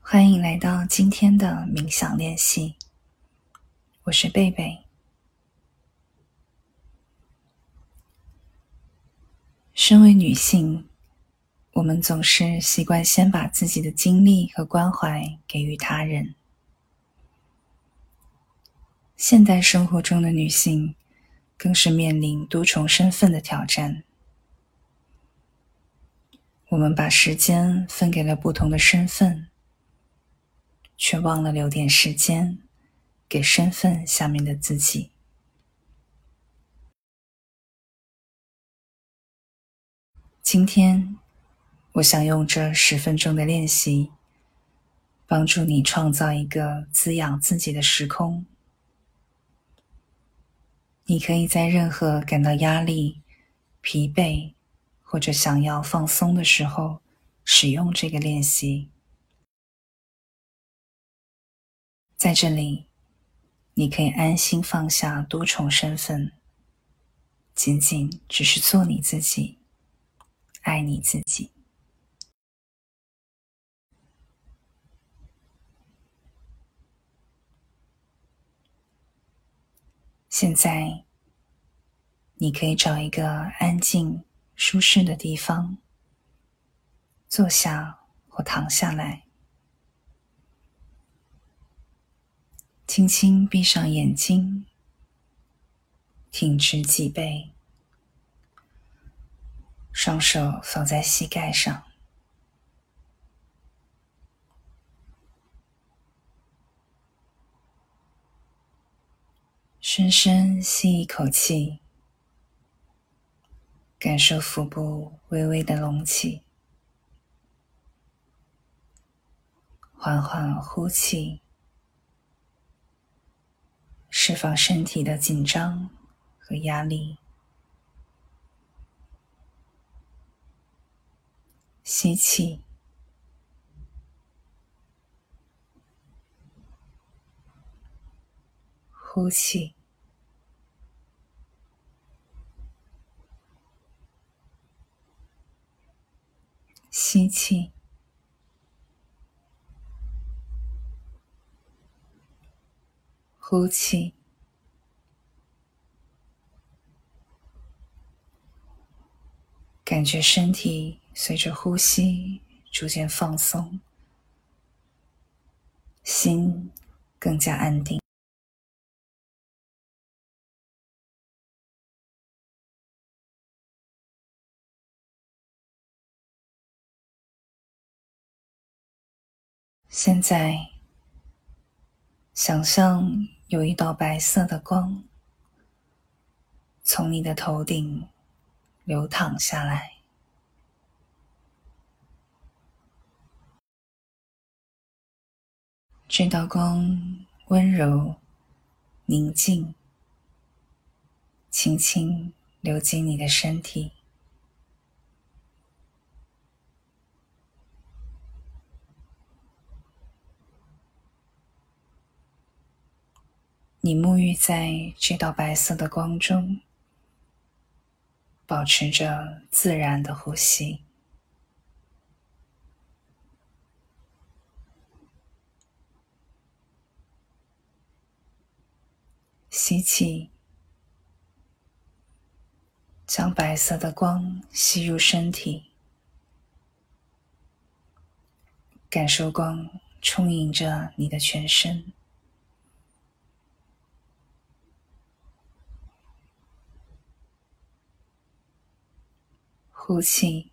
欢迎来到今天的冥想练习，我是贝贝。身为女性，我们总是习惯先把自己的精力和关怀给予他人。现代生活中的女性更是面临多重身份的挑战。我们把时间分给了不同的身份，却忘了留点时间给身份下面的自己。今天，我想用这10分钟的练习，帮助你创造一个滋养自己的时空。你可以在任何感到压力、疲惫或者想要放松的时候，使用这个练习。在这里，你可以安心放下多重身份，仅仅只是做你自己，爱你自己。现在，你可以找一个安静、舒适的地方，坐下或躺下来，轻轻闭上眼睛，挺直脊背，双手放在膝盖上，深深吸一口气，感受腹部微微的隆起，缓缓呼气，释放身体的紧张和压力。吸气，呼气，吸气，呼气。感觉身体随着呼吸逐渐放松，心更加安定。现在，想象有一道白色的光从你的头顶流淌下来，这道光温柔、宁静，轻轻流进你的身体。你沐浴在这道白色的光中，保持着自然的呼吸。吸气，将白色的光吸入身体，感受光充盈着你的全身。呼气，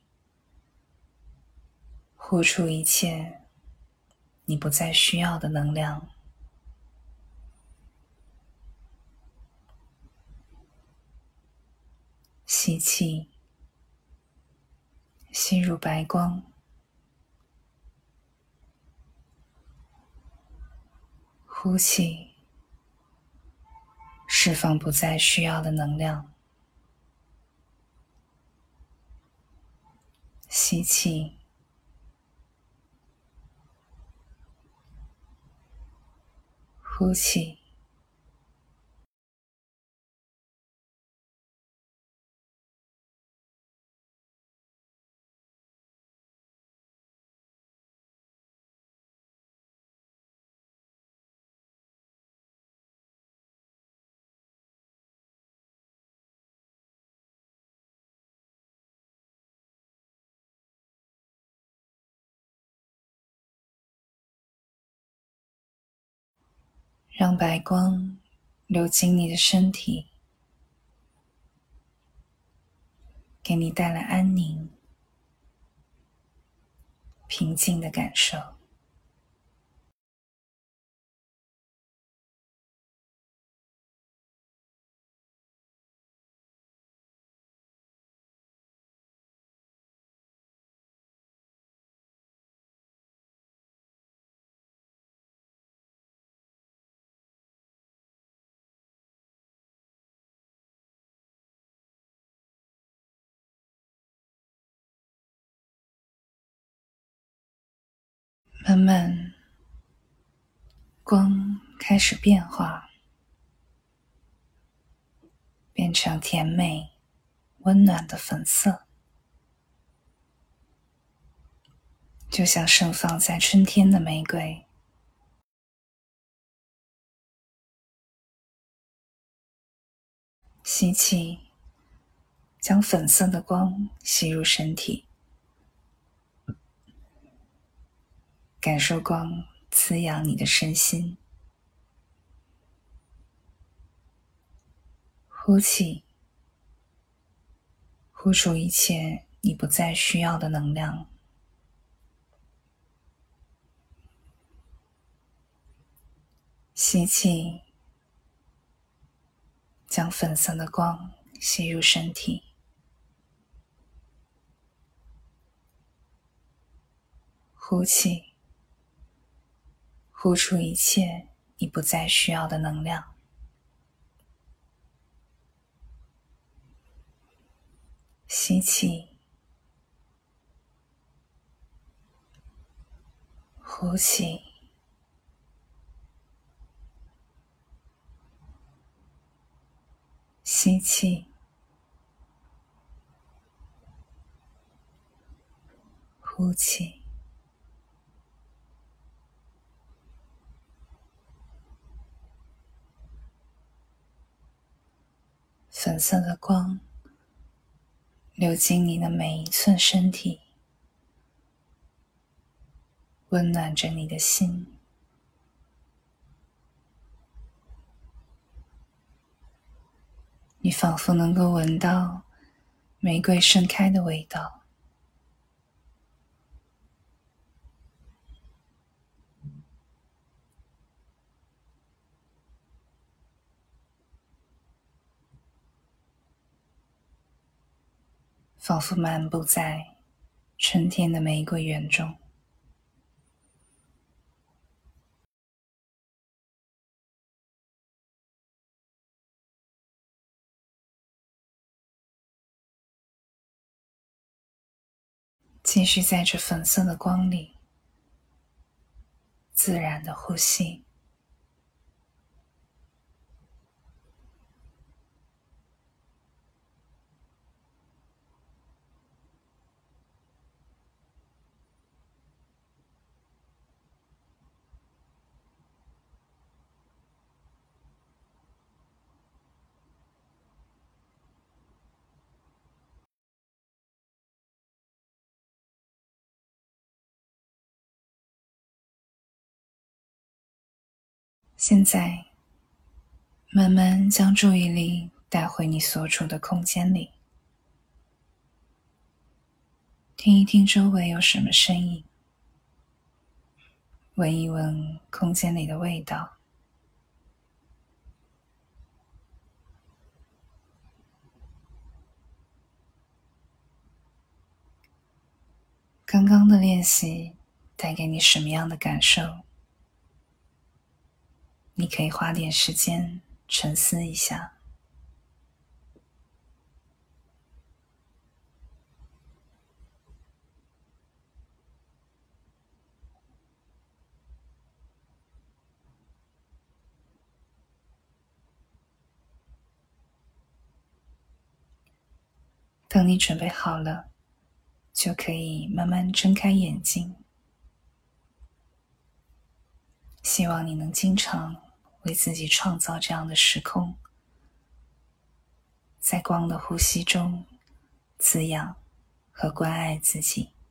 呼出一切你不再需要的能量。吸气，吸入白光，呼气，释放不再需要的能量。吸气，呼气。 让白光流进你的身体，给你带来安宁、平静的感受。慢慢，光开始变化，变成甜美、温暖的粉色，就像盛放在春天的玫瑰。吸气，将粉色的光吸入身体，感受光滋养你的身心。呼气，呼出一切你不再需要的能量。吸气，将粉色的光吸入身体。呼气，呼出一切你不再需要的能量。吸气，呼气，吸气，呼气。粉色的光流进你的每一寸身体，温暖着你的心。你仿佛能够闻到玫瑰盛开的味道。仿佛漫步在春天的玫瑰园中。继续在这粉色的光里自然的呼吸。现在，慢慢将注意力带回你所处的空间里，听一听周围有什么声音，闻一闻空间里的味道。刚刚的练习带给你什么样的感受？你可以花点时间沉思一下。等你准备好了，就可以慢慢睁开眼睛。希望你能经常为自己创造这样的时空，在光的呼吸中滋养和关爱自己。